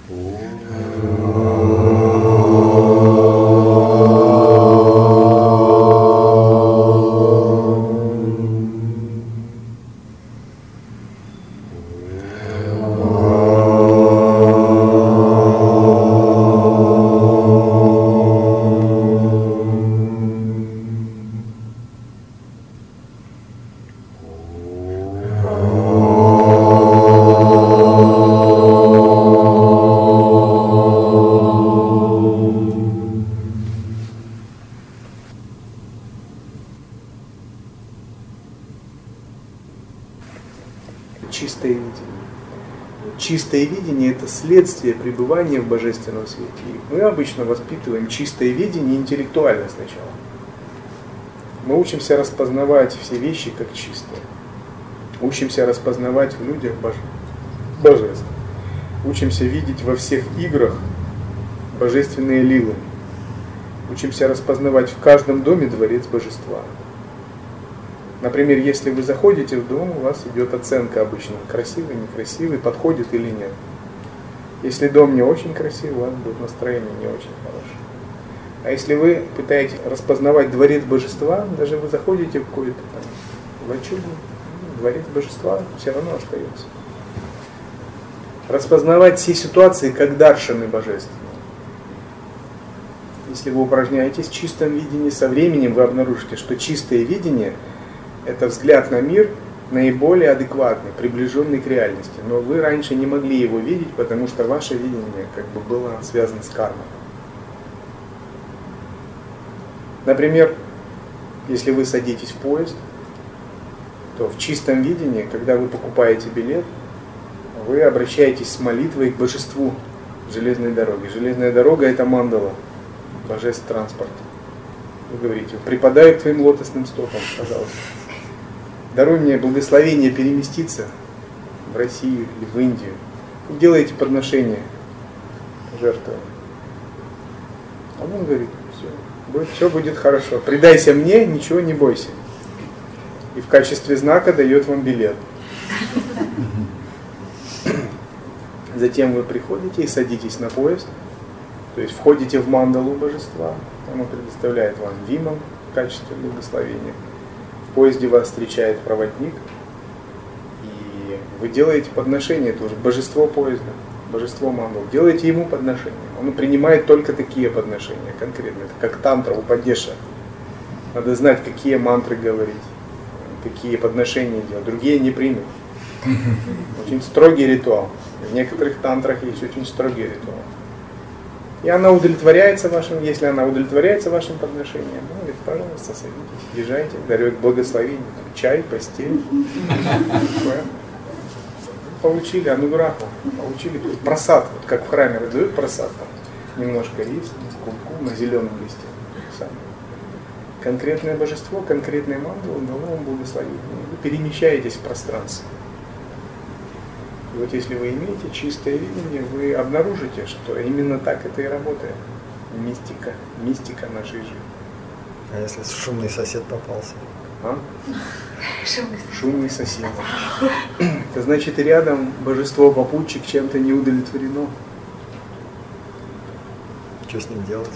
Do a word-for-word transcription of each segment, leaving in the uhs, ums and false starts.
Чистое видение. Чистое видение – это следствие пребывания в божественном свете. И мы обычно воспитываем чистое видение интеллектуально сначала. Мы учимся распознавать все вещи как чистые. Учимся распознавать в людях боже... божество. Учимся видеть во всех играх божественные лилы. Учимся распознавать в каждом доме дворец божества. Например, если вы заходите в дом, у вас идет оценка обычно, красивый, некрасивый, подходит или нет. Если дом не очень красивый, у вас будет настроение не очень хорошее. А если вы пытаетесь распознавать дворец божества, даже вы заходите в какой-то там лачугу, дворец божества все равно остается. Распознавать все ситуации как даршаны божественные. Если вы упражняетесь в чистом видении, со временем вы обнаружите, что чистое видение – это взгляд на мир наиболее адекватный, приближенный к реальности. Но вы раньше не могли его видеть, потому что ваше видение как бы было связано с кармой. Например, если вы садитесь в поезд, то в чистом видении, когда вы покупаете билет, вы обращаетесь с молитвой к божеству железной дороги. Железная дорога – это мандала, божеств транспорта. Вы говорите: припадаю к твоим лотосным стопам, пожалуйста. Даруй мне благословение переместиться в Россию или в Индию. Вы делаете подношение, жертвы. А он говорит: все, будет, все будет хорошо. Предайся мне, ничего не бойся. И в качестве знака дает вам билет. Затем вы приходите и садитесь на поезд, то есть входите в мандалу божества, оно предоставляет вам вимам в качестве благословения. В поезде вас встречает проводник, и вы делаете подношение, это уже божество поезда, божество мандал. Делаете ему подношение. Он принимает только такие подношения конкретно. Это как тантра, упадеша. Надо знать, какие мантры говорить, какие подношения делать. Другие не примут. Очень строгий ритуал. В некоторых тантрах есть очень строгий ритуал. И она удовлетворяется вашим, если она удовлетворяется вашим подношением, ну, говорит: пожалуйста, садитесь, езжайте, дарю благословение, там, чай, постель. Получили ануграху, получили просад, вот как в храме раздают просад, там, немножко рис, кумку на зеленом листе. Конкретное божество, конкретное мандала дало вам благословение. Вы перемещаетесь в пространстве. И вот если вы имеете чистое видение, вы обнаружите, что именно так это и работает. Мистика, мистика нашей жизни. А если шумный сосед попался? А? Шумный сосед. Это значит, рядом божество-попутчик чем-то не удовлетворено. Что с ним делать?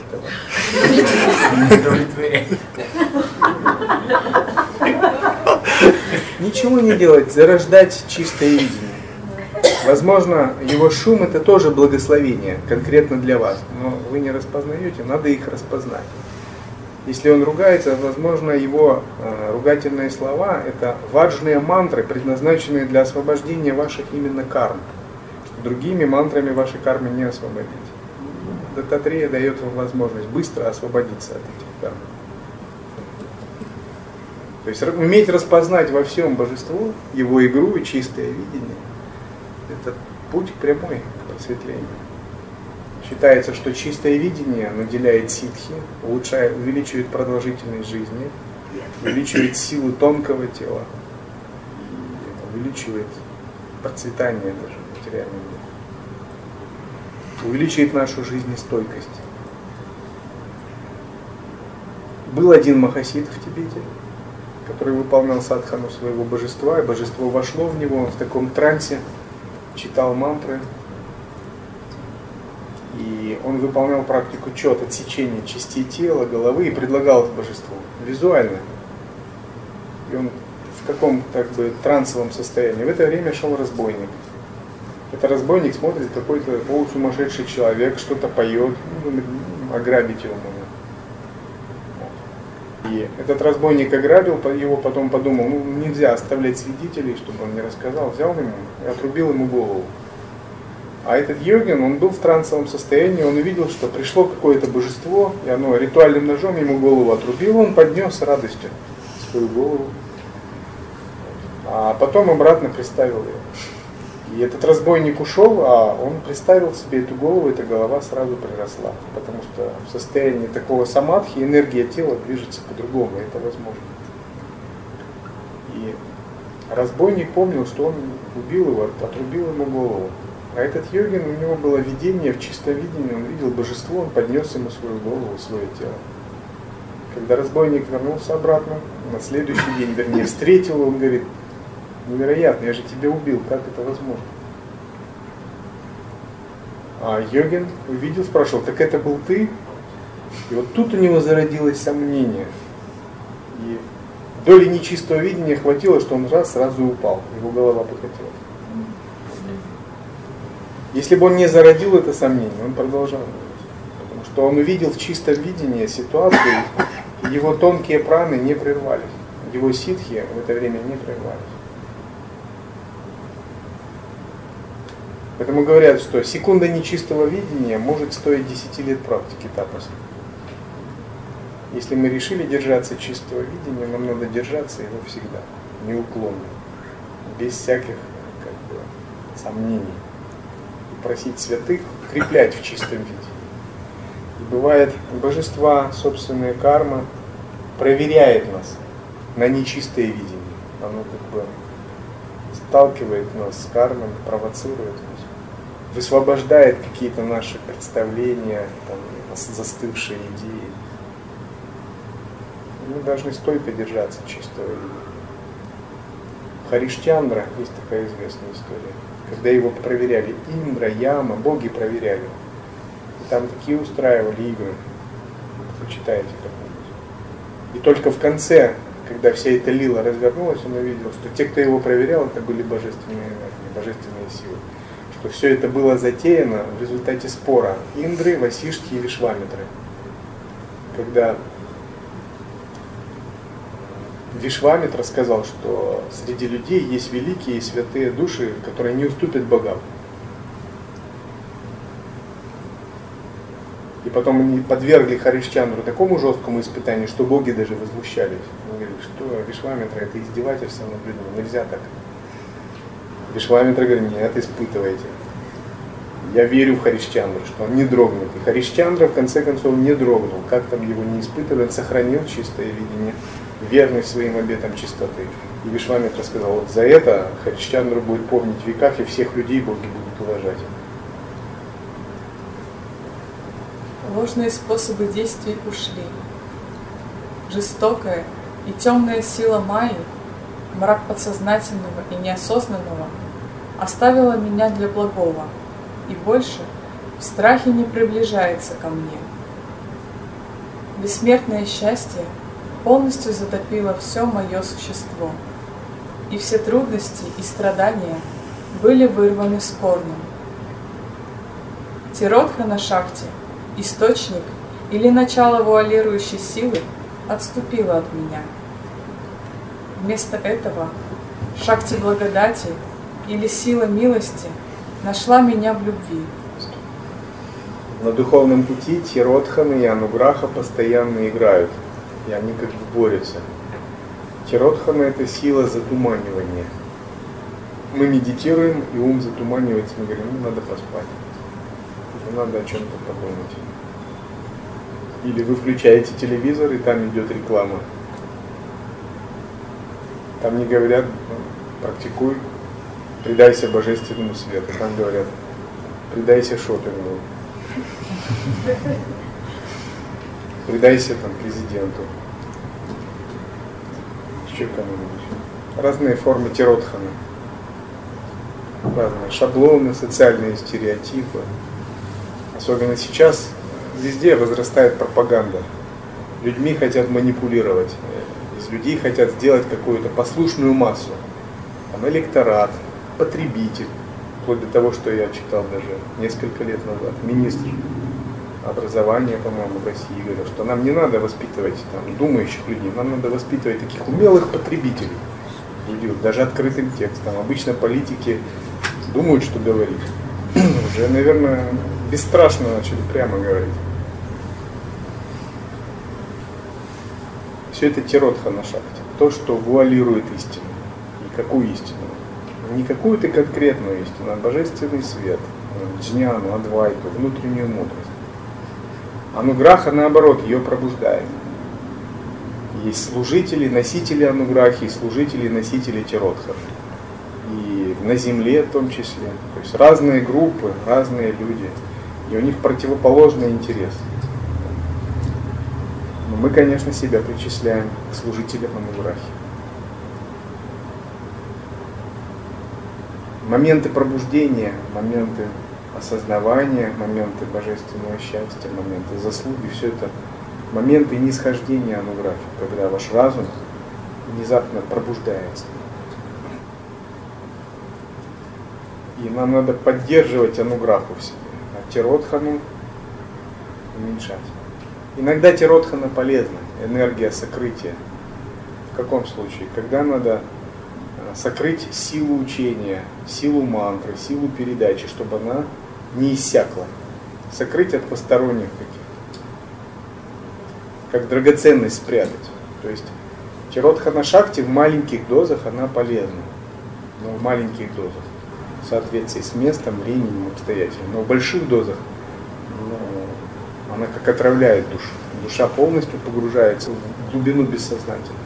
Ничего не делать, зарождать чистое видение. Возможно, его шум — это тоже благословение, конкретно для вас, но вы не распознаете, надо их распознать. Если он ругается, возможно, его э, ругательные слова — это ваджные мантры, предназначенные для освобождения ваших именно карм. Другими мантрами ваши кармы не освободить. Даттатрея дает вам возможность быстро освободиться от этих карм. То есть уметь распознать во всем божество, его игру и чистое видение — это путь прямой к просветлению. Считается, что чистое видение наделяет ситхи, улучшает, увеличивает продолжительность жизни, увеличивает силу тонкого тела, и увеличивает процветание даже в материальном мире. Увеличивает нашу жизнестойкость. Был один махасидх в Тибете, который выполнял садхану своего божества, и божество вошло в него, он в таком трансе читал мантры, И он выполнял практику чет, отсечения частей тела, головы и предлагал это божеству визуально. И он в каком-то как бы трансовом состоянии. В это время шел разбойник. Это разбойник смотрит, какой-то полусумасшедший человек что-то поет, ну, ограбить его можно. И этот разбойник ограбил, его потом подумал, ну нельзя оставлять свидетелей, чтобы он не рассказал, взял ему и отрубил ему голову. А этот йогин, он был в трансовом состоянии, он увидел, что пришло какое-то божество, и оно ритуальным ножом ему голову отрубило, он поднес с радостью свою голову, а потом обратно приставил ее. И этот разбойник ушел, а он представил себе эту голову, эта голова сразу приросла, потому что в состоянии такого самадхи энергия тела движется по-другому, это возможно. И разбойник помнил, что он убил его, отрубил ему голову. А этот йогин, у него было видение, в чистом видении, он видел божество, он поднес ему свою голову, свое тело. Когда разбойник вернулся обратно, на следующий день, вернее, встретил его, он говорит, невероятно, я же тебя убил, как это возможно? А йогин увидел, спрашивал, так это был ты? И вот тут у него зародилось сомнение. И доли нечистого видения хватило, что он раз сразу упал, его голова покатилась. Если бы он не зародил это сомнение, он продолжал говорить. Потому что он увидел в чистом видении ситуацию, и его тонкие праны не прервались. Его ситхи в это время не прервались. Поэтому говорят, что секунда нечистого видения может стоить десяти лет практики тапаса. Если мы решили держаться чистого видения, нам надо держаться его всегда, неуклонно, без всяких как бы, сомнений. И просить святых укреплять в чистом виде. И бывает, божества, собственная карма проверяет нас на нечистое видение. Оно как бы сталкивает нас с кармой, провоцирует нас, высвобождает какие-то наши представления, там, застывшие идеи. Мы должны стойко держаться чистого видения. Хариштчандра, есть такая известная история, когда его проверяли Индра, Яма, боги проверяли. И там такие устраивали игры. Почитайте как-нибудь. И только в конце, когда вся эта лила развернулась, он увидел, что те, кто его проверял, это были божественные энергии, божественные силы. Что все это было затеяно в результате спора Индры, Васиштхи и Вишвамитры. Когда Вишвамитра сказал, что среди людей есть великие и святые души, которые не уступят богам. И потом они подвергли Хариштчандру такому жесткому испытанию, что боги даже возмущались. Они говорили, что Вишвамитра, это издевательство над людьми, нельзя так. Вишвамитра говорит, нет, испытывайте. Я верю в Хариштчандру, что он не дрогнет. И Хариштчандра в конце концов не дрогнул. Как там его не испытывали, он сохранил чистое видение, верность своим обетам чистоты. И Вишвамитра сказал, вот за это Хариштчандру будет помнить в веках, и всех людей боги будут уважать. Ложные способы действий ушли. Жестокая и темная сила Майи, мрак подсознательного и неосознанного, оставила меня для благого и больше в страхе не приближается ко мне. Бессмертное счастье полностью затопило все мое существо, и все трудности и страдания были вырваны с корнем. Тиротхана Шакти, источник или начало вуалирующей силы, отступила от меня. Вместо этого Шакти благодати или сила милости нашла меня в любви. На духовном пути Тиротхана и Ануграха постоянно играют, и они как бы борются. Тиротхана — это сила затуманивания. Мы медитируем, и ум затуманивается, мы говорим, ну надо поспать, или надо о чем-то подумать. Или вы включаете телевизор, и там идет реклама. Там не говорят, практикуй, предайся божественному свету. Там говорят, предайся шопингу. Предайся там президенту. Еще кому-нибудь. Разные формы тиротханы. Разные шаблоны, социальные стереотипы. Особенно сейчас везде возрастает пропаганда. Людьми хотят манипулировать. Из людей хотят сделать какую-то послушную массу. Там электорат, потребитель. Вплоть до того, что я читал даже несколько лет назад. Министр образования, по-моему, в России говорил, что нам не надо воспитывать там, думающих людей, нам надо воспитывать таких умелых потребителей. Люди вот, даже открытым текстом. Обычно политики думают, что говорить. Уже, наверное, бесстрашно начали прямо говорить. Все это тиротха на шахте. То, что вуалирует истину. И какую истину? Не какую-то конкретную истину, а божественный свет, джняну, адвайту, внутреннюю мудрость. Ануграха, наоборот, ее пробуждает. Есть служители, носители ануграхи, и служители, носители тиротхов. И на земле в том числе. То есть разные группы, разные люди. И у них противоположный интерес. Но мы, конечно, себя причисляем к служителям ануграхи. Моменты пробуждения, моменты осознавания, моменты божественного счастья, моменты заслуги, все это моменты нисхождения ануграхи, когда ваш разум внезапно пробуждается. И нам надо поддерживать ануграху в себе, а тиротхану уменьшать. Иногда тиротхана полезна, энергия сокрытия. В каком случае? Когда надо сокрыть силу учения, силу мантры, силу передачи, чтобы она не иссякла. Сокрыть от посторонних каких-то. Как драгоценность спрятать. То есть тиротхана шакти в маленьких дозах она полезна. Но в маленьких дозах. В соответствии с местом, временем, обстоятельствами. Но в больших дозах ну, она как отравляет душу. Душа полностью погружается в глубину бессознательного.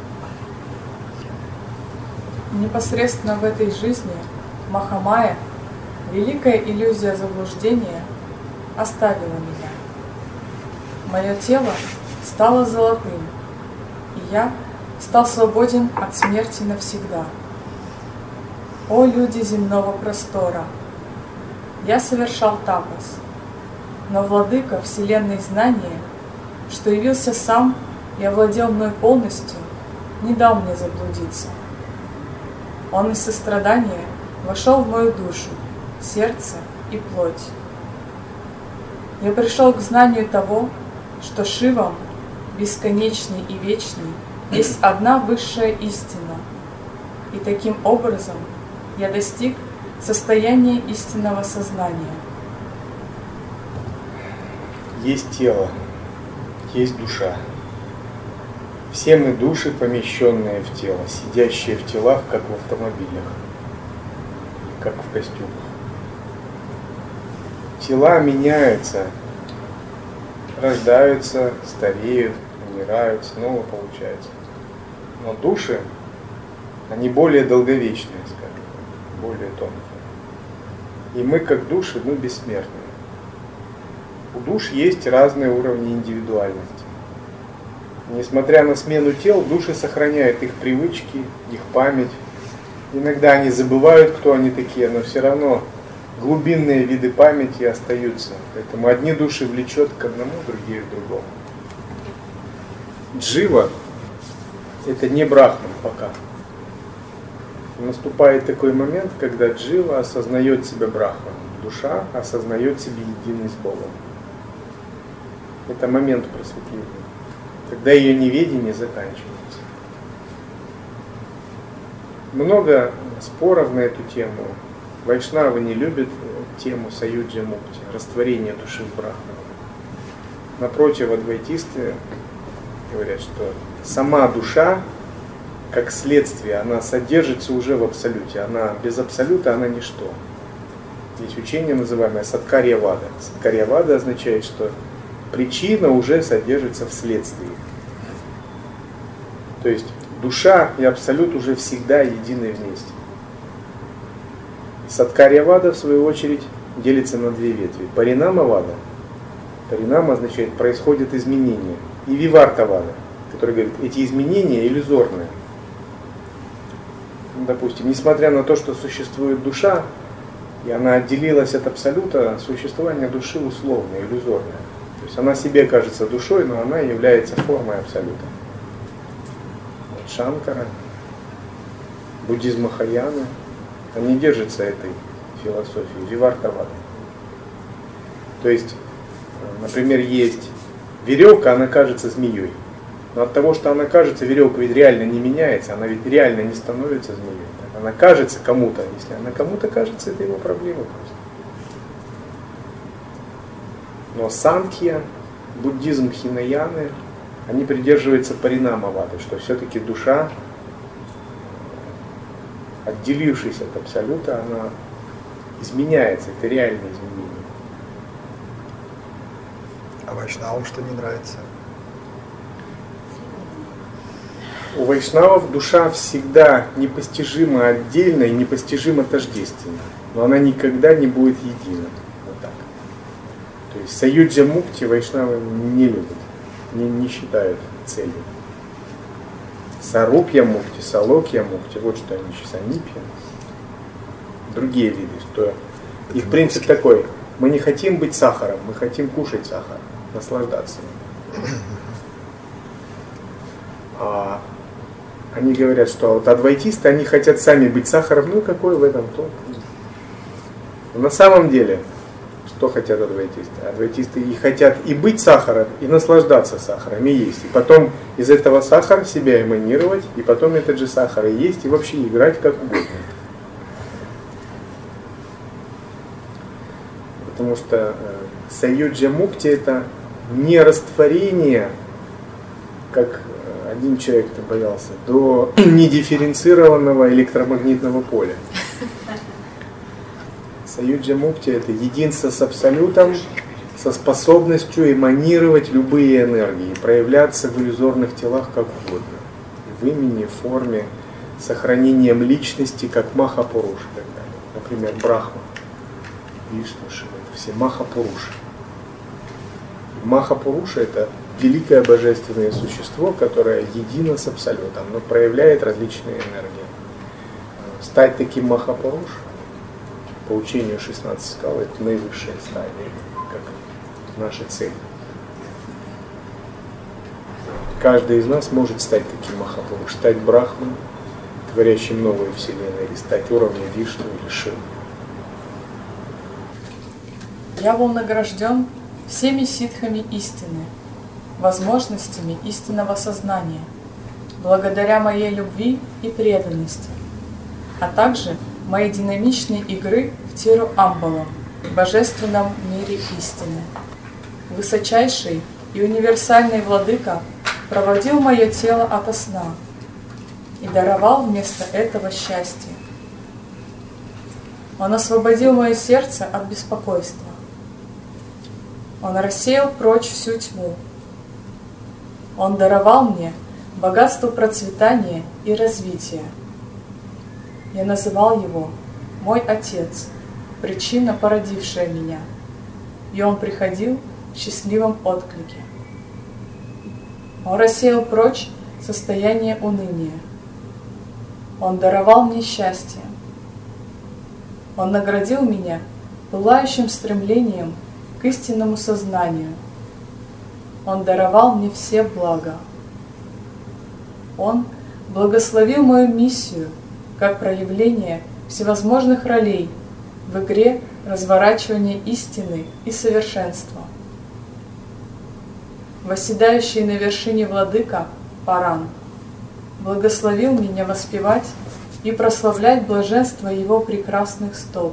Непосредственно в этой жизни Махамая, великая иллюзия заблуждения, оставила меня. Мое тело стало золотым, и я стал свободен от смерти навсегда. О люди земного простора! Я совершал тапас, но владыка вселенной знания, что явился сам и овладел мной полностью, не дал мне заблудиться. Он из сострадания вошел в мою душу, сердце и плоть. Я пришел к знанию того, что Шивам, бесконечный и вечный, есть одна высшая истина, и таким образом я достиг состояния истинного сознания. Есть тело, есть душа. Все мы души, помещенные в тело, сидящие в телах, как в автомобилях, как в костюмах. Тела меняются, рождаются, стареют, умирают, снова получается. Но души, они более долговечные, скажем, более тонкие. И мы, как души, мы бессмертны. У душ есть разные уровни индивидуальности. Несмотря на смену тел, души сохраняют их привычки, их память. Иногда они забывают, кто они такие, но все равно глубинные виды памяти остаются. Поэтому одни души влечет к одному, другие к другому. Джива – это не брахман пока. Наступает такой момент, когда джива осознает себя брахманом. Душа осознает себя единой с Богом. Это момент просветления. Когда ее неведение заканчивается. Много споров на эту тему. Вайшнавы не любят тему саюджа мукти, растворения души в брахмане. Напротив, адвайтисты говорят, что сама душа, как следствие, она содержится уже в абсолюте. Она без абсолюта, она ничто. Есть учение, называемое садкарья-вада. Садкарья-вада означает, что причина уже содержится в следствии. То есть душа и абсолют уже всегда едины вместе. Садкарья-вада, в свою очередь, делится на две ветви. Паринама-вада. Паринама означает происходят изменения. И виварта-вада, который говорит, эти изменения И она отделилась от абсолюта, существование души условное, иллюзорное. То есть она себе кажется душой, но она является формой абсолюта. Вот Шанкара, буддизм Махаяны, они держатся этой философии, Вивартавады. То есть, например, есть веревка, она кажется змеей. Но от того, что она кажется, веревка ведь реально не меняется, она ведь реально не становится змеей. Она кажется кому-то, если она кому-то кажется, это его проблема просто. Но Санkhya, буддизм Хинаяны, они придерживаются Паринамавады, что все-таки душа, отделившись от абсолюта, она изменяется, это реальное изменение. А вайшнавам что не нравится? У вайшнавов душа всегда непостижимо отдельно и непостижимо тождественна, но она никогда не будет едина. Вот так. То есть саюджа мукти вайшнавы не любят, не, не считают целью. Сарупья мукти, салокья мукти, вот что они сейчас, анипья. Другие виды, что это их принцип такой: мы не хотим быть сахаром, мы хотим кушать сахар, наслаждаться. А они говорят, что вот адвайтисты, они хотят сами быть сахаром, ну какой в этом толк? На самом деле, что хотят адвайтисты? Адвайтисты и хотят и быть сахаром, и наслаждаться сахаром, и есть. И потом из этого сахара себя эманировать, и потом этот же сахар и есть, и вообще играть как угодно. Потому что саюджа мукти это не растворение, как один человек-то боялся, до недифференцированного электромагнитного поля. Саюджа мукти это единство с абсолютом, со способностью эманировать любые энергии, проявляться в иллюзорных телах как угодно. В имени, форме, сохранением личности, как Махапуруш и так далее. Например, Брахма, Вишну, Шива, это все Махапуруши. Махапуруша это великое божественное существо, которое едино с абсолютом, но проявляет различные энергии. Стать таким Махапуруш, по учению шестнадцати скал, это наивысшая стадия, как наша цель. Каждый из нас может стать таким Махапуруш, стать Брахмой, творящим новую вселенную, или стать уровнем Вишну или Шивы. Я был награжден всеми ситхами истины, возможностями истинного сознания, благодаря моей любви и преданности, а также моей динамичной игры в Тиру Амбалам, в божественном мире истины. Высочайший и универсальный владыка проводил мое тело ото сна и даровал вместо этого счастье. Он освободил мое сердце от беспокойства. Он рассеял прочь всю тьму. Он даровал мне богатство процветания и развития. Я называл его «Мой Отец», причина, породившая меня, и он приходил в счастливом отклике. Он рассеял прочь состояние уныния. Он даровал мне счастье. Он наградил меня пылающим стремлением к истинному сознанию. Он даровал мне все блага. Он благословил мою миссию как проявление всевозможных ролей в игре разворачивания истины и совершенства. Восседающий на вершине владыка Паран благословил меня воспевать и прославлять блаженство его прекрасных стоп.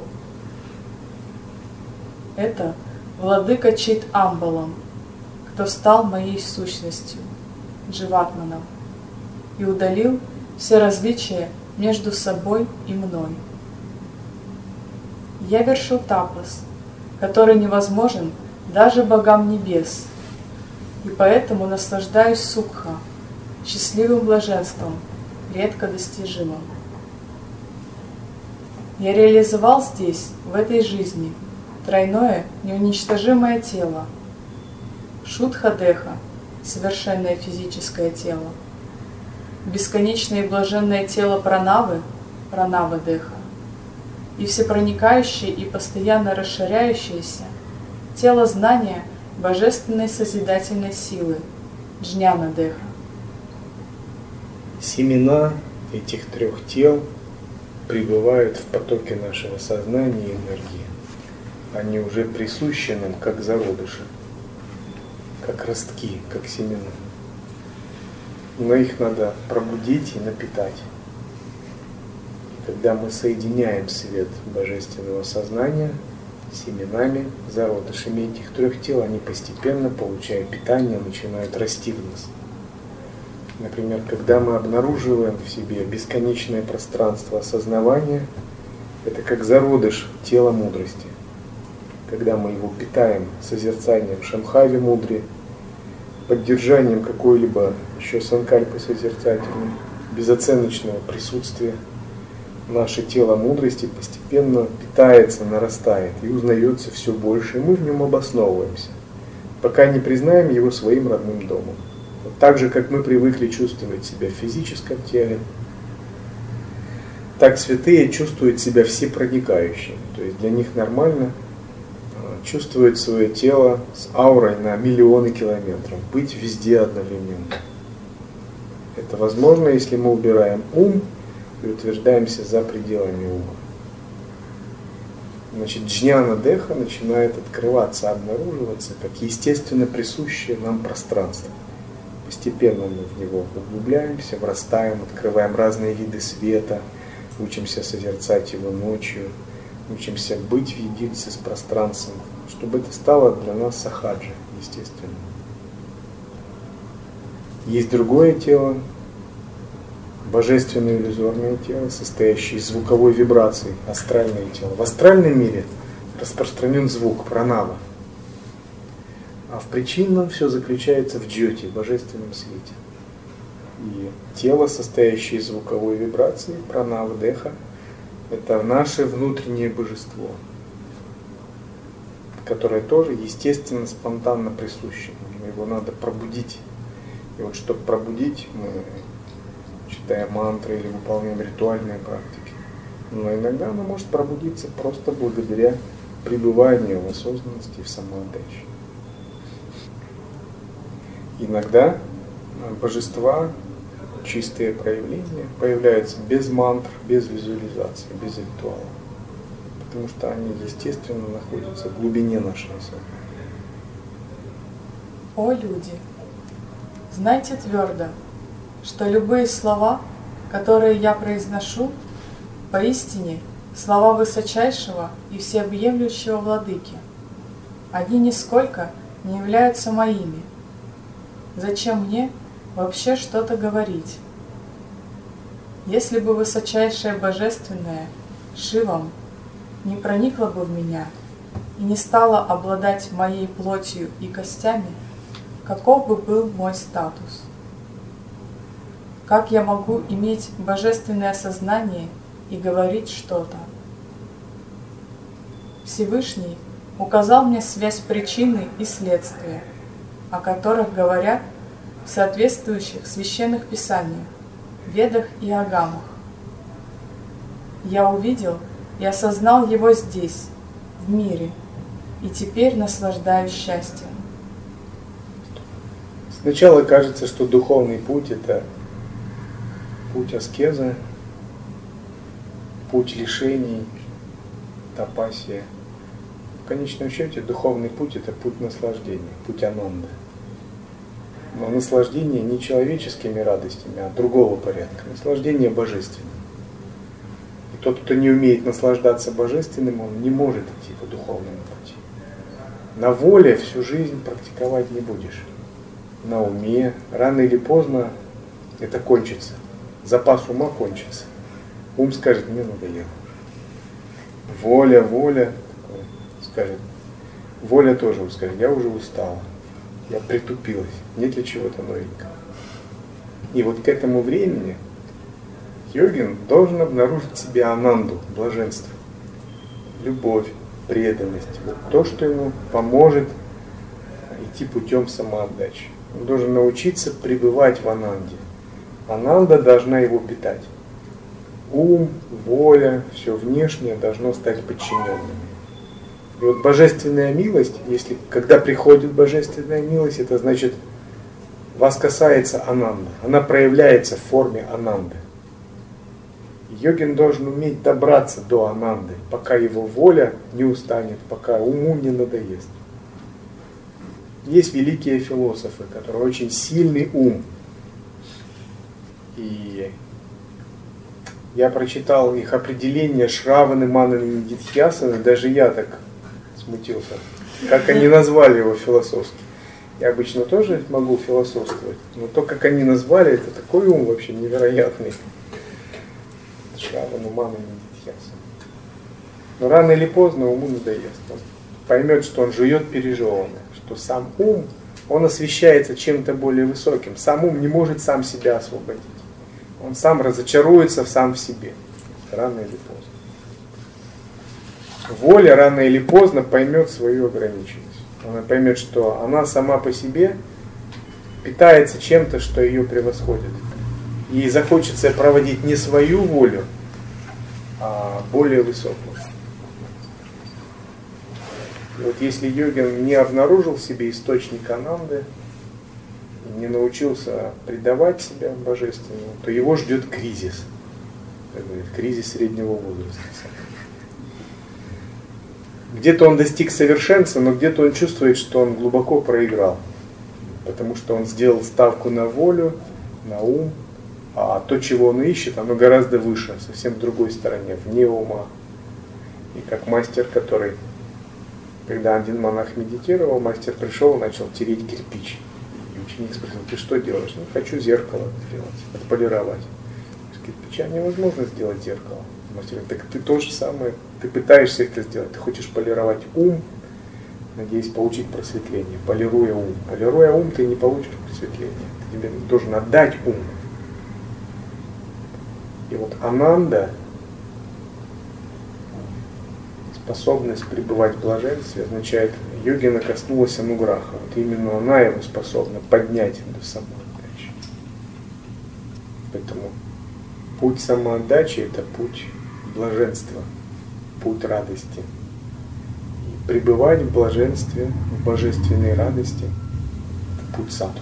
Это владыка Чит Амбалам, кто стал моей сущностью, Дживатманом, и удалил все различия между собой и мной. Я вершил тапас, который невозможен даже богам небес, и поэтому наслаждаюсь сукха, счастливым блаженством, редко достижимым. Я реализовал здесь, в этой жизни, тройное неуничтожимое тело, Шудха-деха, совершенное физическое тело, бесконечное и блаженное тело Пранавы, Пранава-деха, и всепроникающее и постоянно расширяющееся тело знания божественной созидательной силы Джняна Деха. Семена этих трех тел пребывают в потоке нашего сознания и энергии. Они уже присущи нам как зародыши, как ростки, как семена. Но их надо пробудить и напитать. Когда мы соединяем свет божественного сознания с семенами, зародышами этих трех тел, они постепенно, получая питание, начинают расти в нас. Например, когда мы обнаруживаем в себе бесконечное пространство осознавания, это как зародыш тела мудрости. Когда мы его питаем созерцанием Шамхави мудри, поддержанием какой-либо еще санкальпы созерцательной, безоценочного присутствия, наше тело мудрости постепенно питается, нарастает и узнается все больше, и мы в нем обосновываемся, пока не признаем его своим родным домом. Вот так же, как мы привыкли чувствовать себя в физическом теле, так святые чувствуют себя всепроникающими. То есть для них нормально чувствовать свое тело с аурой на миллионы километров, быть везде одновременно. Это возможно, если мы убираем ум и утверждаемся за пределами ума. Значит, Джняна Деха начинает открываться, обнаруживаться как естественно присущее нам пространство. Постепенно мы в него углубляемся, врастаем, открываем разные виды света, учимся созерцать его ночью, учимся быть в единстве с пространством, чтобы это стало для нас сахаджи, естественно. Есть другое тело, божественное иллюзорное тело, состоящее из звуковой вибрации, астральное тело. В астральном мире распространен звук, пранава. А в причинном все заключается в джьоти, божественном свете. И тело, состоящее из звуковой вибрации, пранава, деха, это наше внутреннее божество, которое тоже естественно, спонтанно присуще. Его надо пробудить. И вот чтобы пробудить, мы читаем мантры или выполняем ритуальные практики. Но иногда оно может пробудиться просто благодаря пребыванию в осознанности и в самоотдаче. Иногда божества, чистые проявления, появляются без мантр, без визуализации, без ритуала. Потому что они, естественно, находятся в глубине нашего сознания. О люди! Знайте твердо, что любые слова, которые я произношу, поистине слова высочайшего и всеобъемлющего владыки. Они нисколько не являются моими. Зачем мне вообще что-то говорить? Если бы высочайшее божественное Шивам не проникло бы в меня и не стало обладать моей плотью и костями, каков бы был мой статус? Как я могу иметь божественное сознание и говорить что-то? Всевышний указал мне связь причины и следствия, о которых говорят в соответствующих священных писаниях, Ведах и Агамах. Я увидел и осознал его здесь, в мире, и теперь наслаждаюсь счастьем. Сначала кажется, что духовный путь – это путь аскеза, путь лишений, тапасия. В конечном счете духовный путь – это путь наслаждения, путь ананды. Но наслаждение не человеческими радостями, а другого порядка. Наслаждение божественным. И тот, кто не умеет наслаждаться божественным, он не может идти по духовному пути. На воле всю жизнь практиковать не будешь. На уме. Рано или поздно это кончится. Запас ума кончится. Ум скажет: мне надоело. Воля, воля, скажет. Воля тоже скажет: я уже устала. Я притупилась, нет ли чего-то новенького. И вот к этому времени йогин должен обнаружить в себе ананду, блаженство, любовь, преданность. Вот то, что ему поможет идти путем самоотдачи. Он должен научиться пребывать в ананде. Ананда должна его питать. ум, воля, все внешнее должно стать подчиненным. И вот божественная милость, если когда приходит божественная милость, это значит, вас касается ананда. Она проявляется в форме ананды. Йогин должен уметь добраться до ананды, пока его воля не устанет, пока уму не надоест. Есть великие философы, которые очень сильный ум. И я прочитал их определение Шраваны, Мананы, Нидитхьясаны, даже я так смутился, как они назвали его философски. Я обычно тоже могу философствовать, но то, как они назвали, это такой ум вообще невероятный. Шравана, Манана, Нидитхьясаны. Но рано или поздно уму надоест. Он поймет, что он жует пережеванное, что сам ум, он освещается чем-то более высоким. Сам ум не может сам себя освободить. Он сам разочаруется сам в себе. Рано или поздно. Воля рано или поздно поймет свою ограниченность. Она поймет, что она сама по себе питается чем-то, что ее превосходит. Ей захочется проводить не свою волю, а более высокую. И вот если йогин не обнаружил в себе источник ананды, не научился предавать себя божественному, то его ждет кризис. Как говорят, кризис среднего возраста. Где-то он достиг совершенства, но где-то он чувствует, что он глубоко проиграл. Потому что он сделал ставку на волю, на ум, а то, чего он ищет, оно гораздо выше, совсем в другой стороне, вне ума. И как мастер, который, когда один монах медитировал, мастер пришел и начал тереть кирпич. И ученик спросил: ты что делаешь? Ну, хочу зеркало сделать, отполировать. Из кирпича невозможно сделать зеркало. Мастер говорит: так ты то же самое, ты пытаешься это сделать, ты хочешь полировать ум, надеясь получить просветление, полируя ум. Полируя ум, ты не получишь просветление, ты тебе должен отдать ум. И вот ананда, способность пребывать в блаженстве, означает, йогина коснулась ануграха. Вот именно она его способна поднять до самоотдачи. Поэтому путь самоотдачи – это путь блаженства, путь радости. И пребывать в блаженстве, в божественной радости – это путь садху.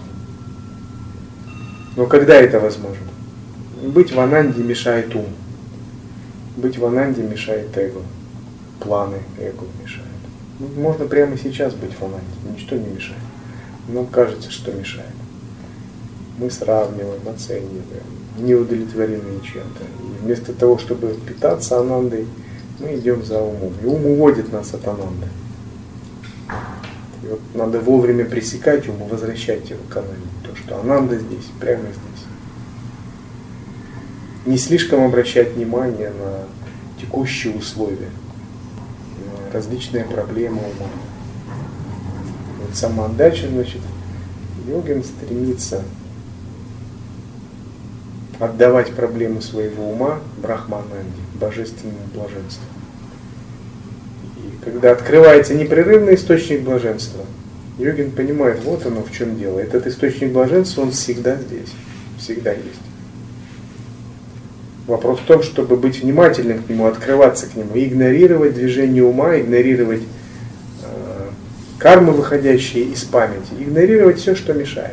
Но когда это возможно? Быть в ананде мешает ум. Быть в ананде мешает эго. Планы эго мешают. Можно прямо сейчас быть в ананде, ничто не мешает. Нам кажется, что мешает. Мы сравниваем, оцениваем, не удовлетворены чем-то. И вместо того, чтобы питаться анандой, мы идем за умом. И ум уводит нас от ананды. И вот надо вовремя пресекать ум и возвращать его к ананде. То, что ананда здесь, прямо здесь. Не слишком обращать внимание на текущие условия, на различные проблемы ума. Вот самоотдача, значит, йогин стремится отдавать проблемы своего ума брахмананде, божественному блаженству. И когда открывается непрерывный источник блаженства, йогин понимает, вот оно в чем дело. Этот источник блаженства, он всегда здесь, всегда есть. Вопрос в том, чтобы быть внимательным к нему, открываться к нему, игнорировать движение ума, игнорировать э, кармы, выходящие из памяти, игнорировать все, что мешает.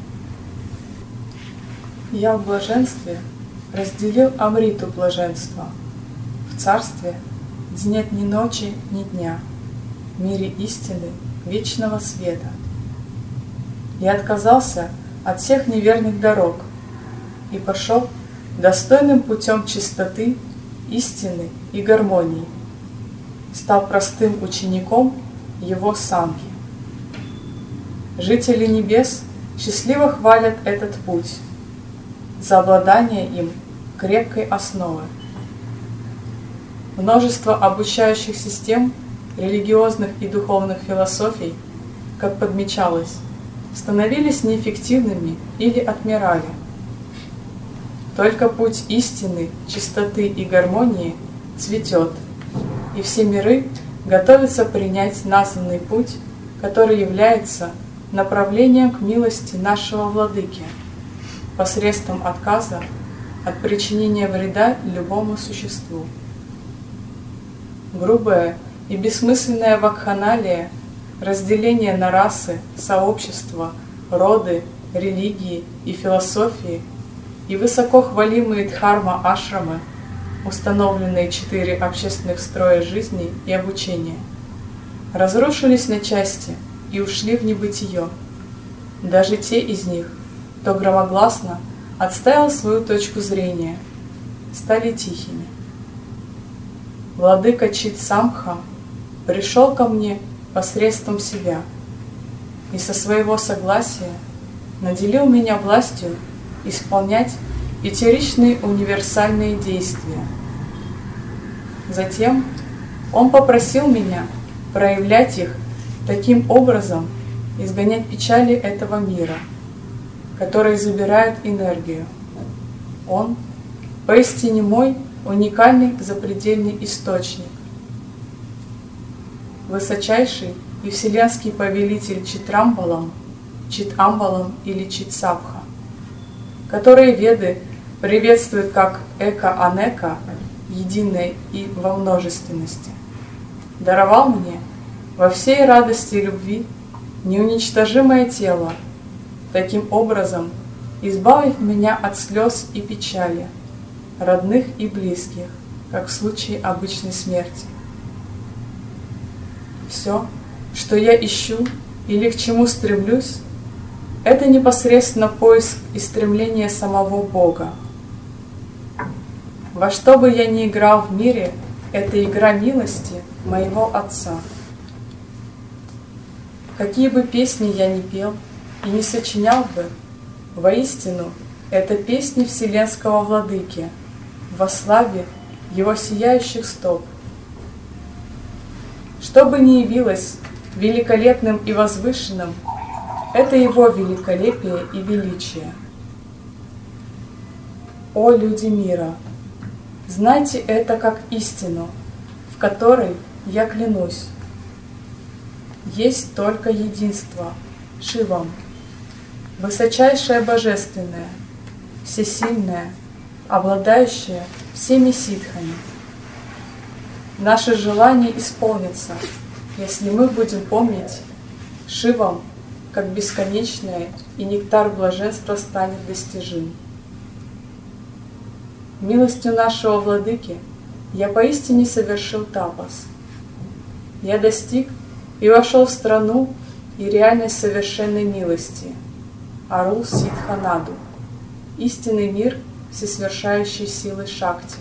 Я в блаженстве разделил амриту блаженства. В царстве, где нет ни ночи, ни дня, в мире истины, вечного света. Я отказался от всех неверных дорог и пошел достойным путем чистоты, истины и гармонии, стал простым учеником его санги. Жители небес счастливо хвалят этот путь за обладание им крепкой основы. Множество обучающих систем, религиозных и духовных философий, как подмечалось, становились неэффективными или отмирали. Только путь истины, чистоты и гармонии цветет, и все миры готовятся принять названный путь, который является направлением к милости нашего Владыки посредством отказа от причинения вреда любому существу. Грубое и бессмысленное вакханалия, разделение на расы, сообщества, роды, религии и философии и высоко хвалимые дхарма-ашрамы, установленные четыре общественных строя жизни и обучения, разрушились на части и ушли в небытие. Даже те из них, кто громогласно отстаивал свою точку зрения, стали тихими. Владыка Чит-Самбха пришел ко мне посредством себя и со своего согласия наделил меня властью исполнять пятеричные универсальные действия. Затем он попросил меня проявлять их таким образом, изгонять печали этого мира, которые забирают энергию. Он поистине мой уникальный запредельный источник, высочайший и вселенский повелитель Читрамбалам, Читамбалам или Читсабха, которые веды приветствуют как эко-анека, единое и во множественности, даровал мне во всей радости любви неуничтожимое тело, таким образом избавив меня от слез и печали, родных и близких, как в случае обычной смерти. Все, что я ищу или к чему стремлюсь, это непосредственно поиск и стремление самого Бога. Во что бы я ни играл в мире, это игра милости моего Отца. Какие бы песни я ни пел и не сочинял бы, воистину, это песни Вселенского Владыки во славе Его сияющих стоп. Что бы ни явилось великолепным и возвышенным, это Его великолепие и величие. О люди мира, знайте это как истину, в которой я клянусь. Есть только единство, Шивам, высочайшее божественное, всесильное, обладающее всеми ситхами. Наши желания исполнятся, если мы будем помнить Шивам, как бесконечное, и нектар блаженства станет достижим. Милостью нашего Владыки я поистине совершил тапас. Я достиг и вошел в страну и реальность совершенной милости, Арул Сидханаду, истинный мир всесвершающей силы Шакти.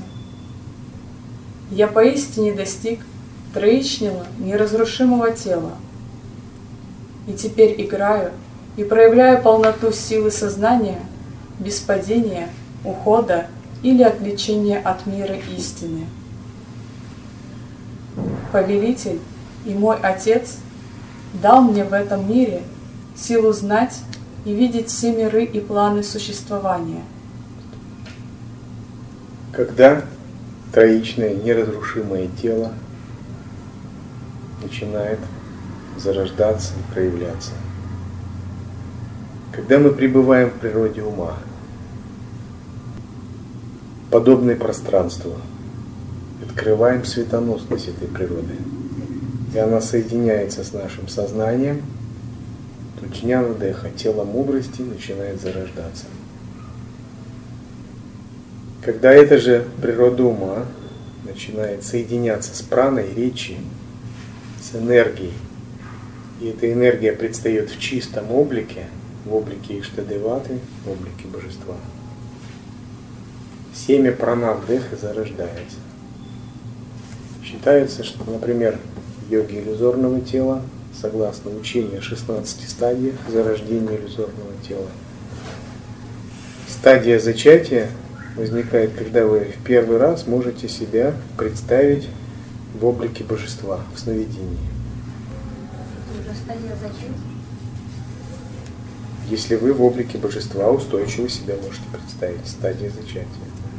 Я поистине достиг троичного неразрушимого тела, и теперь играю и проявляю полноту силы сознания без падения, ухода или отвлечения от мира истины. Повелитель и мой Отец дал мне в этом мире силу знать и видеть все миры и планы существования. Когда троичное неразрушимое тело начинает зарождаться и проявляться, когда мы пребываем в природе ума, подобное пространству, открываем светоносность этой природы, и она соединяется с нашим сознанием, то джняна деха, тело мудрости, начинает зарождаться. Когда эта же природа ума начинает соединяться с праной речи, с энергией, и эта энергия предстает в чистом облике, в облике Иштадеваты, в облике божества, семя пранав дехи зарождается. Считается, что, например, в йоге иллюзорного тела, согласно учению о шестнадцати стадиях зарождения иллюзорного тела, стадия зачатия возникает, когда вы в первый раз можете себя представить в облике божества, в сновидении. Это уже стадия зачатия? Если вы в облике божества устойчиво себя можете представить, стадия зачатия.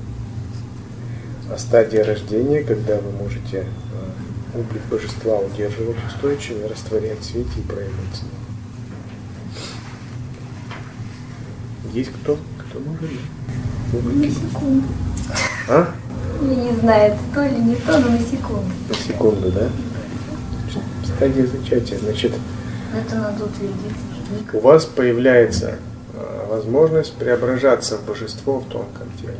А стадия рождения, когда вы можете облик божества удерживать устойчиво, растворять в свете и проявляться. Есть кто? Кто может? публики. На секунду. А? Я не знаю, это то или не то, но на секунду. На секунду, да? Стадия зачатия. Значит, Это надо утвердиться. у вас появляется э, возможность преображаться в божество в тонком теле.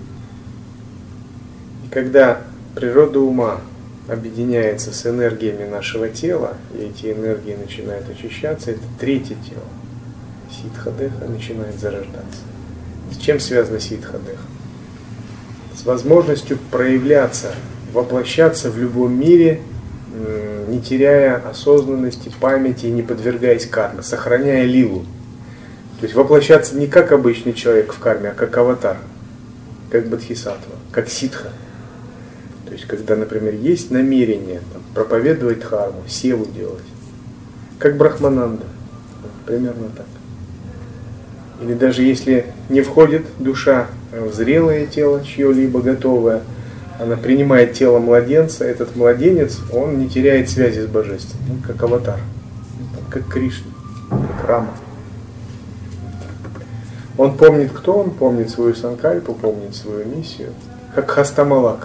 И когда природа ума объединяется с энергиями нашего тела, и эти энергии начинают очищаться, это третье тело. Ситха-деха начинает зарождаться. С чем связано ситха-деха? С возможностью проявляться, воплощаться в любом мире, не теряя осознанности, памяти и не подвергаясь карме, сохраняя лилу. То есть воплощаться не как обычный человек в карме, а как аватар, как бодхисаттва, как ситха. То есть когда, например, есть намерение там, проповедовать дхарму, севу делать, как брахмананда, примерно так. Или даже если не входит душа в зрелое тело, чье-либо готовое, она принимает тело младенца, этот младенец, он не теряет связи с божественным, он как аватар, как Кришна, как Рама. Он помнит, кто он, помнит свою санкальпу, помнит свою миссию, как Хастамалака.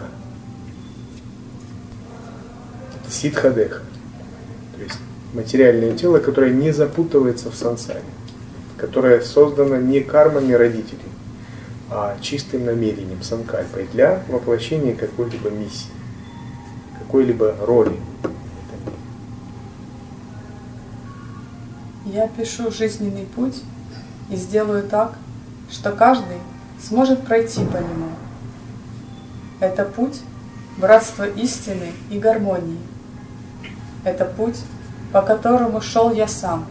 Это ситха-деха, то есть материальное тело, которое не запутывается в сансаре, которое создано не кармами родителей, а чистым намерением, санкальпой, для воплощения какой-либо миссии, какой-либо роли. Я пишу жизненный путь и сделаю так, что каждый сможет пройти по нему. Это путь братства истины и гармонии. Это путь, по которому шел я сам.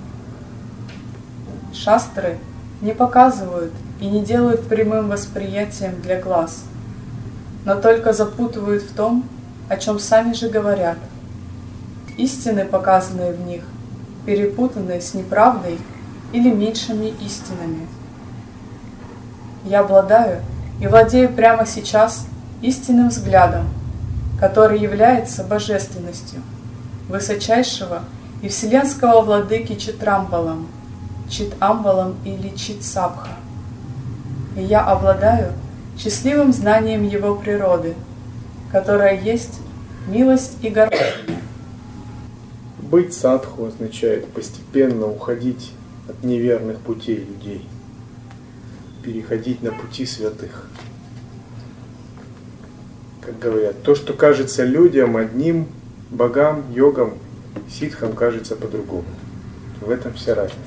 Шастры не показывают и не делают прямым восприятием для глаз, но только запутывают в том, о чем сами же говорят. Истины, показанные в них, перепутаны с неправдой или меньшими истинами. Я обладаю и владею прямо сейчас истинным взглядом, который является божественностью высочайшего и вселенского владыки Читрамбалам, Читамбалам или Читсабха. И я обладаю счастливым знанием его природы, которая есть милость и гармония. Быть садху означает постепенно уходить от неверных путей людей, переходить на пути святых. Как говорят, то, что кажется людям одним, богам, йогам, ситхам кажется по-другому. В этом вся разница.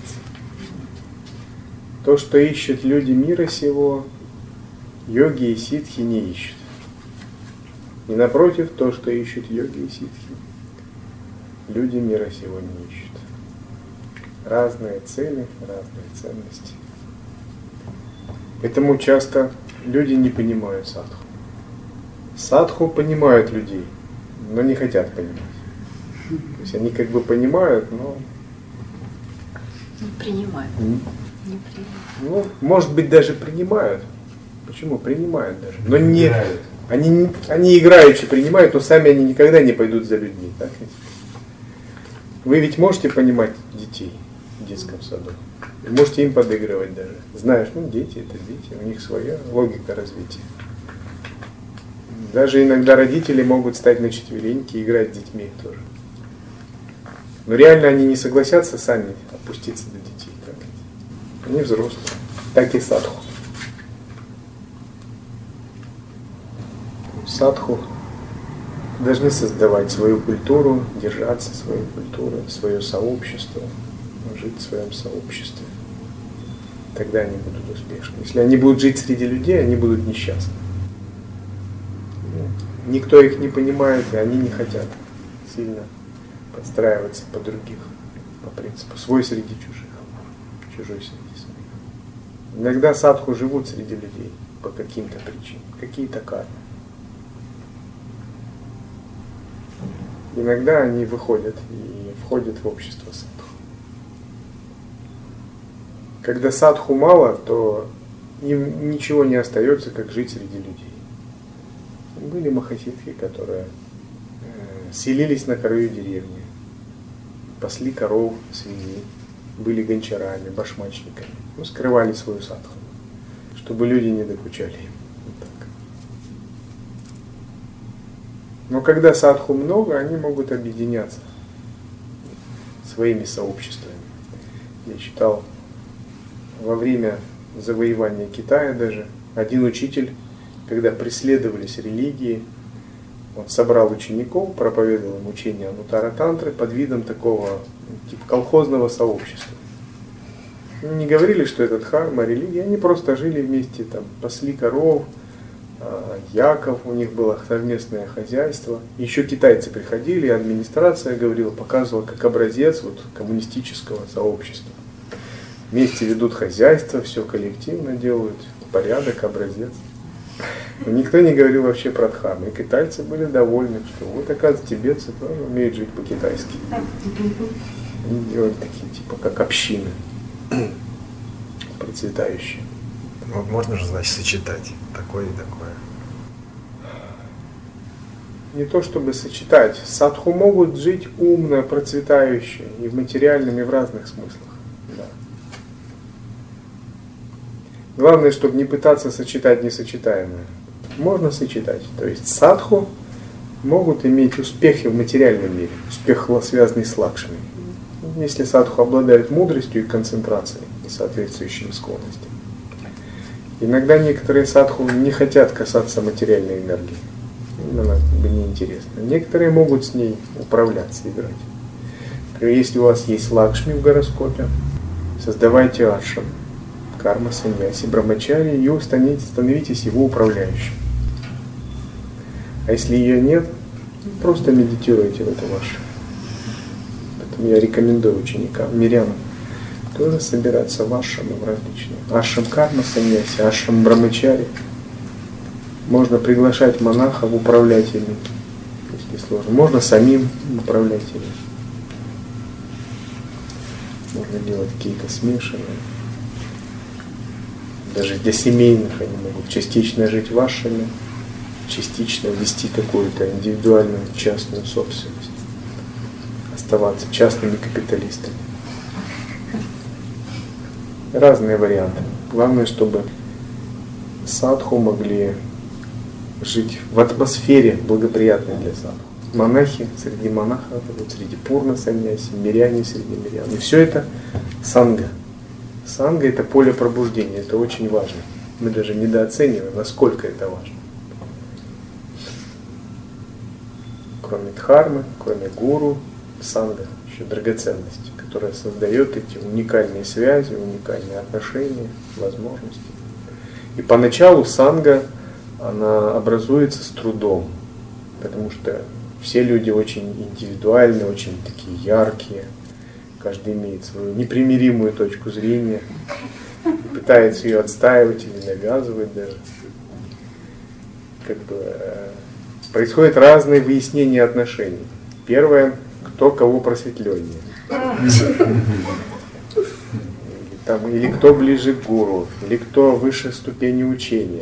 То, что ищут люди мира сего, йоги и ситхи не ищут. И напротив, то, что ищут йоги и ситхи, люди мира сего не ищут. Разные цели, разные ценности. Поэтому часто люди не понимают садху. Садху понимают людей, но не хотят понимать. То есть они как бы понимают, но... Не принимают. Не, Не принимают. Ну, может быть, даже принимают. Почему? Принимают даже. Но не... Они, они играючи принимают, но сами они никогда не пойдут за людьми. Так? Вы ведь можете понимать детей в детском саду. Вы можете им подыгрывать даже. Знаешь, ну дети это дети, у них своя логика развития. Даже иногда родители могут стать на четвереньки и играть с детьми тоже. Но реально они не согласятся сами опуститься до детей. Так? Они взрослые. Так и садху. Садху должны создавать свою культуру, держаться своей культуры, свое сообщество, жить в своем сообществе. Тогда они будут успешны. Если они будут жить среди людей, они будут несчастны. Никто их не понимает, и они не хотят сильно подстраиваться под других, по принципу свой среди чужих, чужой среди своих. Иногда садху живут среди людей по каким-то причинам, какие-то кармы. Иногда они выходят и входят в общество садху. Когда садху мало, то им ничего не остается, как жить среди людей. Были махасидхи, которые э, селились на краю деревни, пасли коров, свиней, были гончарами, башмачниками, но скрывали свою садху, чтобы люди не докучали им. Вот так. Но когда садху много, они могут объединяться своими сообществами. Я читал во время завоевания Китая даже, один учитель, когда преследовались религии, он собрал учеников, проповедовал им учение Анутара-тантры под видом такого типа колхозного сообщества. Не говорили, что это дхарма, религия, они просто жили вместе, там, пасли коров, яков, у них было совместное хозяйство. Еще китайцы приходили, администрация говорила, показывала как образец вот, коммунистического сообщества. Вместе ведут хозяйство, все коллективно делают, порядок, образец. Но никто не говорил вообще про дхарму. И китайцы были довольны, что вот, оказывается, тибетцы тоже умеют жить по-китайски. Они делали такие, типа, как общины, процветающие. Ну, можно же, значит, сочетать такое и такое. Не то чтобы сочетать. Садху могут жить умно, процветающе, и в материальном, и в разных смыслах. Да. Главное, чтобы не пытаться сочетать несочетаемое. Можно сочетать. То есть садху могут иметь успехи в материальном мире, успех, связанный с лакшми. Если садху обладают мудростью и концентрацией, и соответствующими склонностями. Иногда некоторые садху не хотят касаться материальной энергии. Им она как бы неинтересна. Некоторые могут с ней управляться, играть. Например, если у вас есть лакшми в гороскопе, создавайте ашрам, карма саньяси, брамачари, и становитесь его управляющим. А если ее нет, просто медитируйте в этом ашраме. Поэтому я рекомендую ученикам, мирянам, тоже собираться в ашрамы в различные. Ашрам карма саньяси, ашрам брамачари. Можно приглашать монахов управлять ими, если сложно. Можно самим управлять ими. Можно делать какие-то смешанные. Даже для семейных они могут частично жить в ашраме, частично вести какую-то индивидуальную частную собственность. Оставаться частными капиталистами. Разные варианты. Главное, чтобы садху могли жить в атмосфере, благоприятной для садху. Монахи среди монахов, вот среди пурна саньяси, миряне среди мирян. И все это санга. Санга — это поле пробуждения, это очень важно. Мы даже недооцениваем, насколько это важно. Кроме дхармы, кроме гуру, санга еще драгоценность, которая создает эти уникальные связи, уникальные отношения, возможности. И поначалу санга, она образуется с трудом, потому что все люди очень индивидуальны, очень такие яркие, каждый имеет свою непримиримую точку зрения, и пытается ее отстаивать или навязывать даже. Как бы, э, происходит разные выяснения отношений. Первое, кто кого просветленнее. Там, или кто ближе к гуру, или кто выше ступени учения.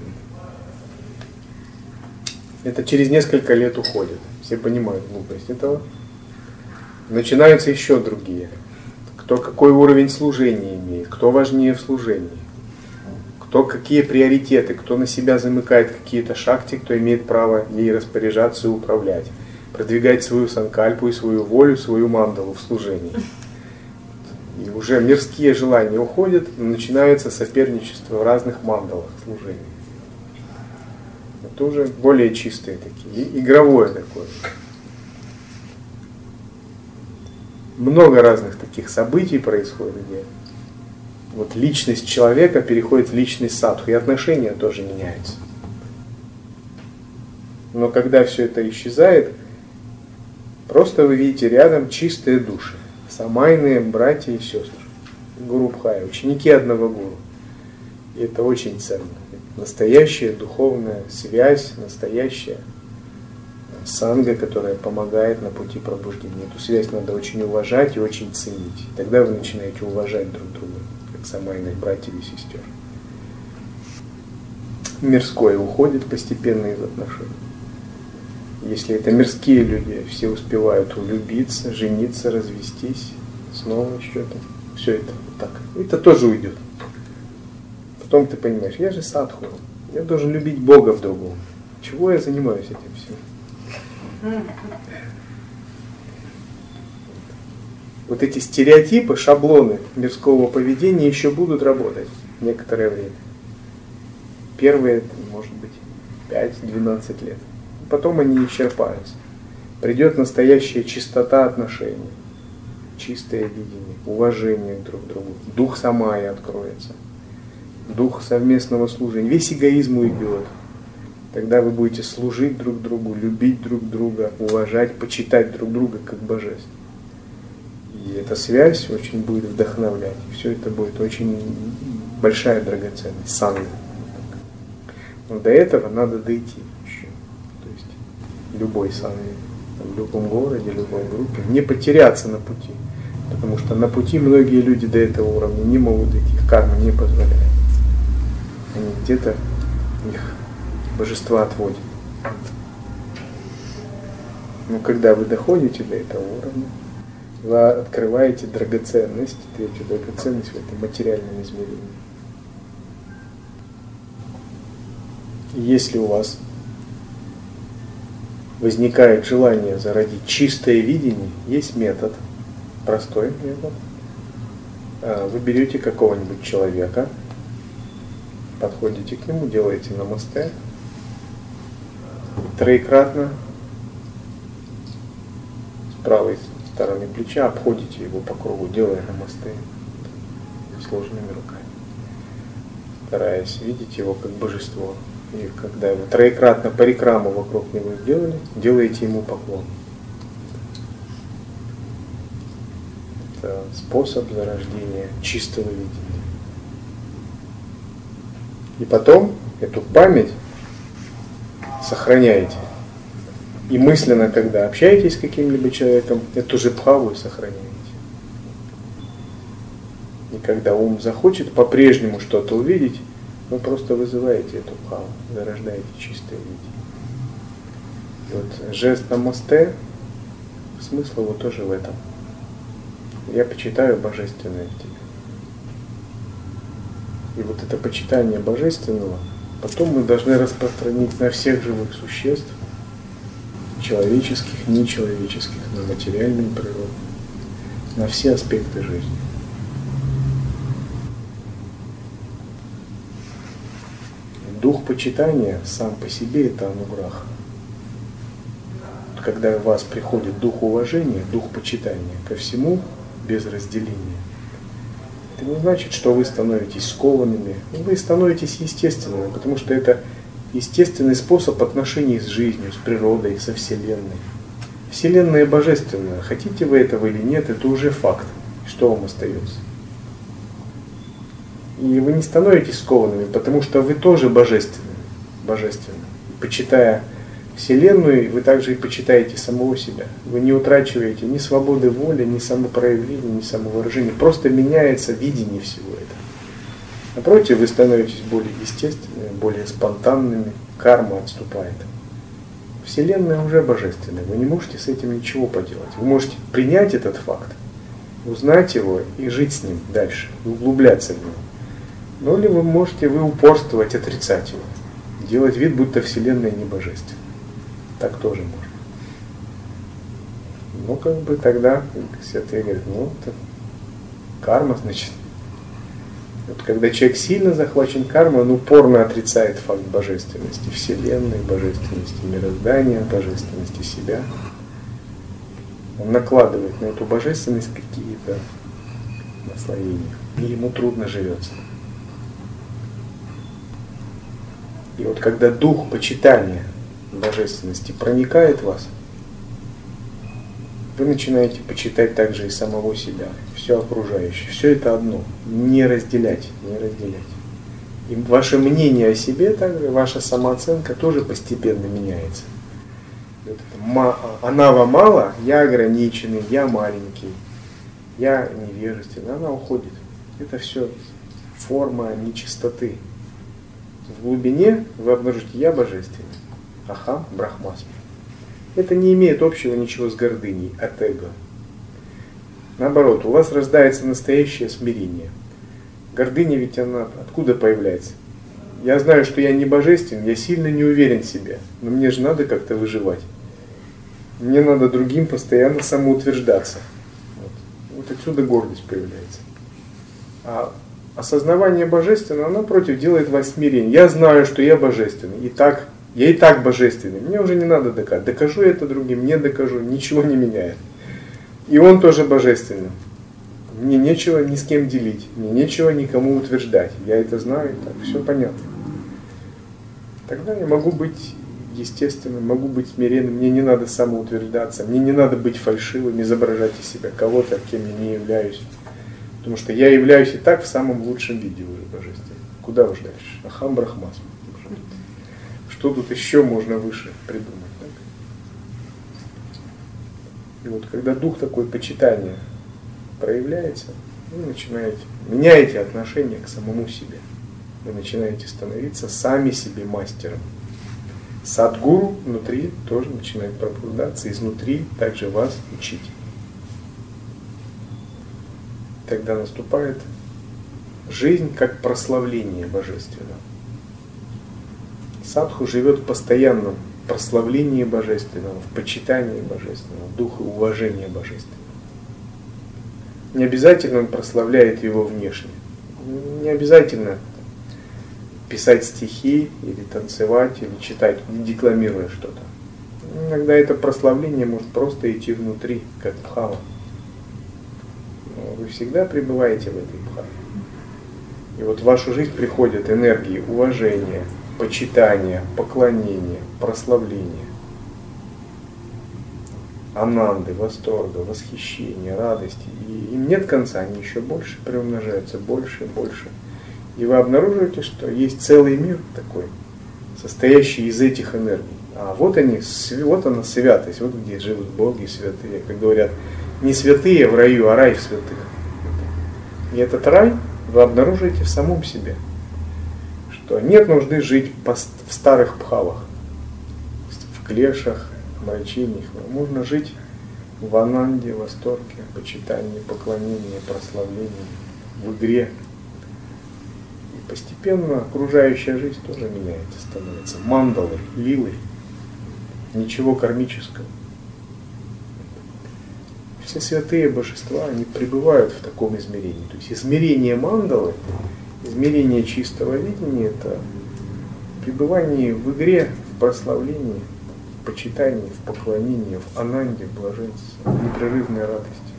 Это через несколько лет уходит. Все понимают глупость этого. Начинаются еще другие. Кто какой уровень служения имеет, кто важнее в служении, кто какие приоритеты, кто на себя замыкает какие-то шакти, кто имеет право ей распоряжаться и управлять, продвигать свою санкальпу и свою волю, свою мандалу в служении. И уже мирские желания уходят, начинается соперничество в разных мандалах служения. Это уже более чистые такие, игровое такое. Много разных таких событий происходит, где вот личность человека переходит в личность садху, и отношения тоже меняются. Но когда все это исчезает, просто вы видите рядом чистые души, самайные братья и сестры, гуру бхая, ученики одного гуру. И это очень ценно. Настоящая духовная связь, настоящая санга, которая помогает на пути пробуждения. Эту связь надо очень уважать и очень ценить. Тогда вы начинаете уважать друг друга, как самайных братьев и сестер. Мирское уходит постепенно из отношений. Если это мирские люди, все успевают влюбиться, жениться, развестись, снова что-то. Все это вот так. Это тоже уйдет. Потом ты понимаешь, я же садху, я должен любить Бога в другом. Чего я занимаюсь этим всем? Вот эти стереотипы, шаблоны мирского поведения еще будут работать некоторое время. Первые, может быть, пять-двенадцать лет. Потом они исчерпаются. Придет настоящая чистота отношений, чистое видение, уважение друг к другу. Дух самая откроется. Дух совместного служения. Весь эгоизм уйдет. Тогда вы будете служить друг другу, любить друг друга, уважать, почитать друг друга как божеств. И эта связь очень будет вдохновлять. И все это будет очень большая драгоценность, санга. Но до этого надо дойти еще. То есть любой санги, в любом городе, в любой группе, не потеряться на пути. Потому что на пути многие люди до этого уровня не могут дойти, их карма не позволяет. Они где-то их божества отводят. Но когда вы доходите до этого уровня, вы открываете драгоценность, третью драгоценность в этом материальном измерении. И если у вас возникает желание зародить чистое видение, есть метод, простой метод. Вы берете какого-нибудь человека, подходите к нему, делаете намасте, троекратно с правой стороны плеча обходите его по кругу, делая намасте сложенными руками, стараясь видеть его как божество. И когда вы троекратно парикраму вокруг него сделали, делаете ему поклон. Это способ зарождения чистого видения. И потом эту память сохраняете. И мысленно, когда общаетесь с каким-либо человеком, эту же бхаву сохраняете. И когда ум захочет по-прежнему что-то увидеть, вы просто вызываете эту бхаву, зарождаете чистое видение. И вот жест намасте, смысл его тоже в этом. Я почитаю божественное в тебе. И вот это почитание божественного потом мы должны распространить на всех живых существ, человеческих, нечеловеческих, на материальную природу, на все аспекты жизни. Дух почитания сам по себе это ануграха. Когда в вас приходит дух уважения, дух почитания ко всему без разделения, это не значит, что вы становитесь скованными, вы становитесь естественными, потому что это естественный способ отношений с жизнью, с природой, со Вселенной. Вселенная божественная, хотите вы этого или нет, это уже факт. Что вам остается? И вы не становитесь скованными, потому что вы тоже божественны. божественны. Почитая Вселенную, вы также и почитаете самого себя. Вы не утрачиваете ни свободы воли, ни самопроявления, ни самовыражения. Просто меняется видение всего этого. Напротив, вы становитесь более естественными, более спонтанными, карма отступает. Вселенная уже божественная, вы не можете с этим ничего поделать. Вы можете принять этот факт, узнать его и жить с ним дальше, углубляться в него. Ну или вы можете вы упорствовать, отрицать его, делать вид, будто Вселенная не божественна. Так тоже можно. Ну как бы тогда святые говорят, ну это карма, значит. Вот когда человек сильно захвачен кармой, он упорно отрицает факт божественности Вселенной, божественности мироздания, божественности себя. Он накладывает на эту божественность какие-то наслоения. И ему трудно живется. И вот когда дух почитания божественности проникает в вас, вы начинаете почитать также и самого себя, все окружающее. Все это одно. Не разделять, не разделять. И ваше мнение о себе, также, ваша самооценка тоже постепенно меняется. Вот это, анава мало, я ограниченный, я маленький, я невежественный. Она уходит. Это все форма нечистоты. В глубине вы обнаружите я божественный, ахам брахмасми. Это не имеет общего ничего с гордыней, от эго. Наоборот, у вас рождается настоящее смирение. Гордыня ведь она откуда появляется? Я знаю, что я не божественен, я сильно не уверен в себе, но мне же надо как-то выживать. Мне надо другим постоянно самоутверждаться. Вот, вот отсюда гордость появляется. А осознавание божественного, оно напротив делает вас смирение. Я знаю, что я божественный, и так, я и так божественный, мне уже не надо доказать. Докажу это другим, не докажу, ничего не меняет. И он тоже божественный. Мне нечего ни с кем делить, мне нечего никому утверждать. Я это знаю, так, все понятно. Тогда я могу быть естественным, могу быть смиренным, мне не надо самоутверждаться, мне не надо быть фальшивым, изображать из себя кого-то, кем я не являюсь. Потому что я являюсь и так в самом лучшем виде уже божественным. Куда уж дальше? Ахам Брахмасм. Что тут еще можно выше придумать? Так? И вот когда дух такой почитания проявляется, вы начинаете, меняете отношение к самому себе. Вы начинаете становиться сами себе мастером. Садгуру внутри тоже начинает пробуждаться, изнутри также вас учить. Тогда наступает жизнь как прославление божественного. Садху живет в постоянном прославлении божественного, в почитании божественного, в духе уважения божественного. Не обязательно он прославляет его внешне. Не обязательно писать стихи, или танцевать, или читать, декламируя что-то. Иногда это прославление может просто идти внутри, как бхава. Но вы всегда пребываете в этой бхаве. И вот в вашу жизнь приходят энергии уважения, почитания, поклонения, прославления, ананды, восторга, восхищения, радости. И им нет конца, они еще больше приумножаются, больше и больше. И вы обнаруживаете, что есть целый мир такой, состоящий из этих энергий. А вот они, вот она святость, вот где живут боги святые. Как говорят, не святые в раю, а рай в святых. И этот рай вы обнаруживаете в самом себе. Что нет нужды жить в старых бхавах, в клешах, мрачениях. Можно жить в ананде, восторге, почитании, поклонении, прославлении, в игре. И постепенно окружающая жизнь тоже меняется, становится мандалой, лилой. Ничего кармического. Все святые божества, они пребывают в таком измерении. То есть измерение мандалы, измерение чистого видения, это пребывание в игре, в прославлении, в почитании, в поклонении, в ананде, в блаженстве, в непрерывной радости.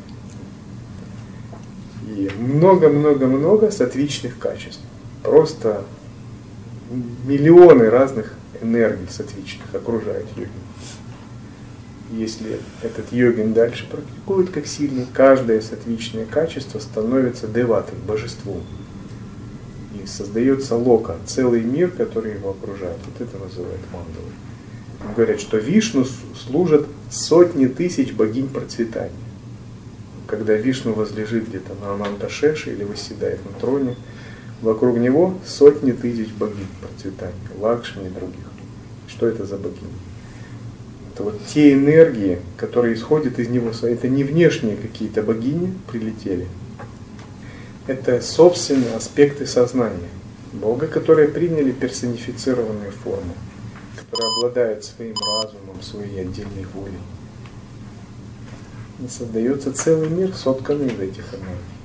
И много-много-много сатвичных качеств. Просто миллионы разных энергий сатвичных окружают йогин. Если этот йогин дальше практикует как сильный, каждое сатвичное качество становится деватой, божеством. И создается лока, целый мир, который его окружает. Вот это называют мандалой. Говорят, что Вишну служат сотни тысяч богинь процветания. Когда Вишну возлежит где-то на Ананташеше или восседает на троне, вокруг него сотни тысяч богинь процветания, Лакшми и других. Что это за богини? Это вот те энергии, которые исходят из него. Это не внешние какие-то богини прилетели. Это собственные аспекты сознания Бога, которые приняли персонифицированную форму, которые обладают своим разумом, своей отдельной волей. И создается целый мир, сотканный из этих энергий.